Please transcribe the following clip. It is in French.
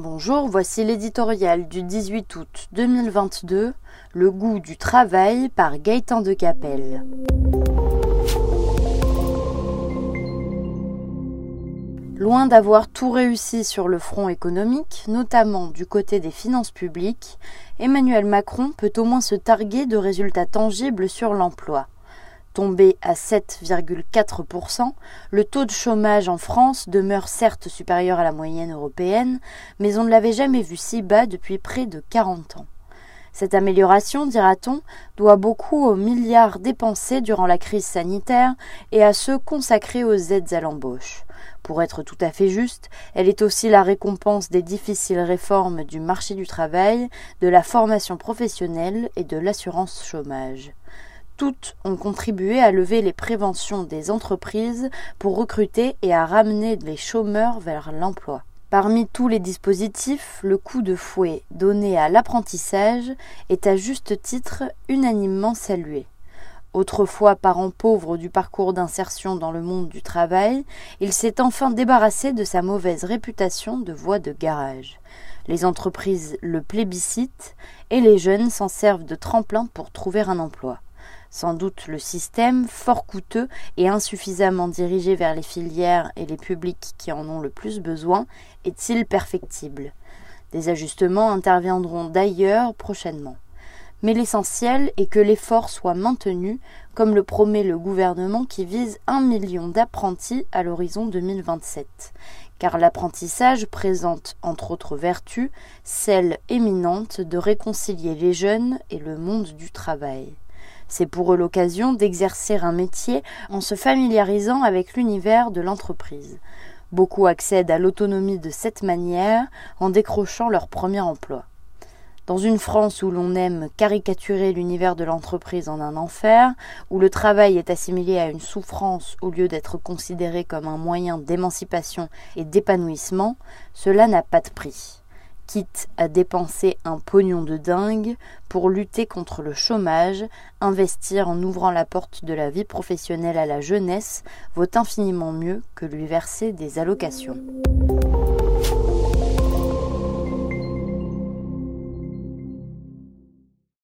Bonjour, voici l'éditorial du 18 août 2022, Le goût du travail par Gaëtan Decapelle. Loin d'avoir tout réussi sur le front économique, notamment du côté des finances publiques, Emmanuel Macron peut au moins se targuer de résultats tangibles sur l'emploi. Tombé à 7,4%, le taux de chômage en France demeure certes supérieur à la moyenne européenne, mais on ne l'avait jamais vu si bas depuis près de 40 ans. Cette amélioration, dira-t-on, doit beaucoup aux milliards dépensés durant la crise sanitaire et à ceux consacrés aux aides à l'embauche. Pour être tout à fait juste, elle est aussi la récompense des difficiles réformes du marché du travail, de la formation professionnelle et de l'assurance chômage. Toutes ont contribué à lever les préventions des entreprises pour recruter et à ramener les chômeurs vers l'emploi. Parmi tous les dispositifs, le coup de fouet donné à l'apprentissage est à juste titre unanimement salué. Autrefois parent pauvre du parcours d'insertion dans le monde du travail, il s'est enfin débarrassé de sa mauvaise réputation de voie de garage. Les entreprises le plébiscitent et les jeunes s'en servent de tremplin pour trouver un emploi. Sans doute le système, fort coûteux et insuffisamment dirigé vers les filières et les publics qui en ont le plus besoin, est-il perfectible. Des ajustements interviendront d'ailleurs prochainement. Mais l'essentiel est que l'effort soit maintenu, comme le promet le gouvernement qui vise 1 million d'apprentis à l'horizon 2027. Car l'apprentissage présente, entre autres vertus, celle éminente de réconcilier les jeunes et le monde du travail. C'est pour eux l'occasion d'exercer un métier en se familiarisant avec l'univers de l'entreprise. Beaucoup accèdent à l'autonomie de cette manière en décrochant leur premier emploi. Dans une France où l'on aime caricaturer l'univers de l'entreprise en un enfer, où le travail est assimilé à une souffrance au lieu d'être considéré comme un moyen d'émancipation et d'épanouissement, cela n'a pas de prix. Quitte à dépenser un pognon de dingue pour lutter contre le chômage, investir en ouvrant la porte de la vie professionnelle à la jeunesse vaut infiniment mieux que lui verser des allocations.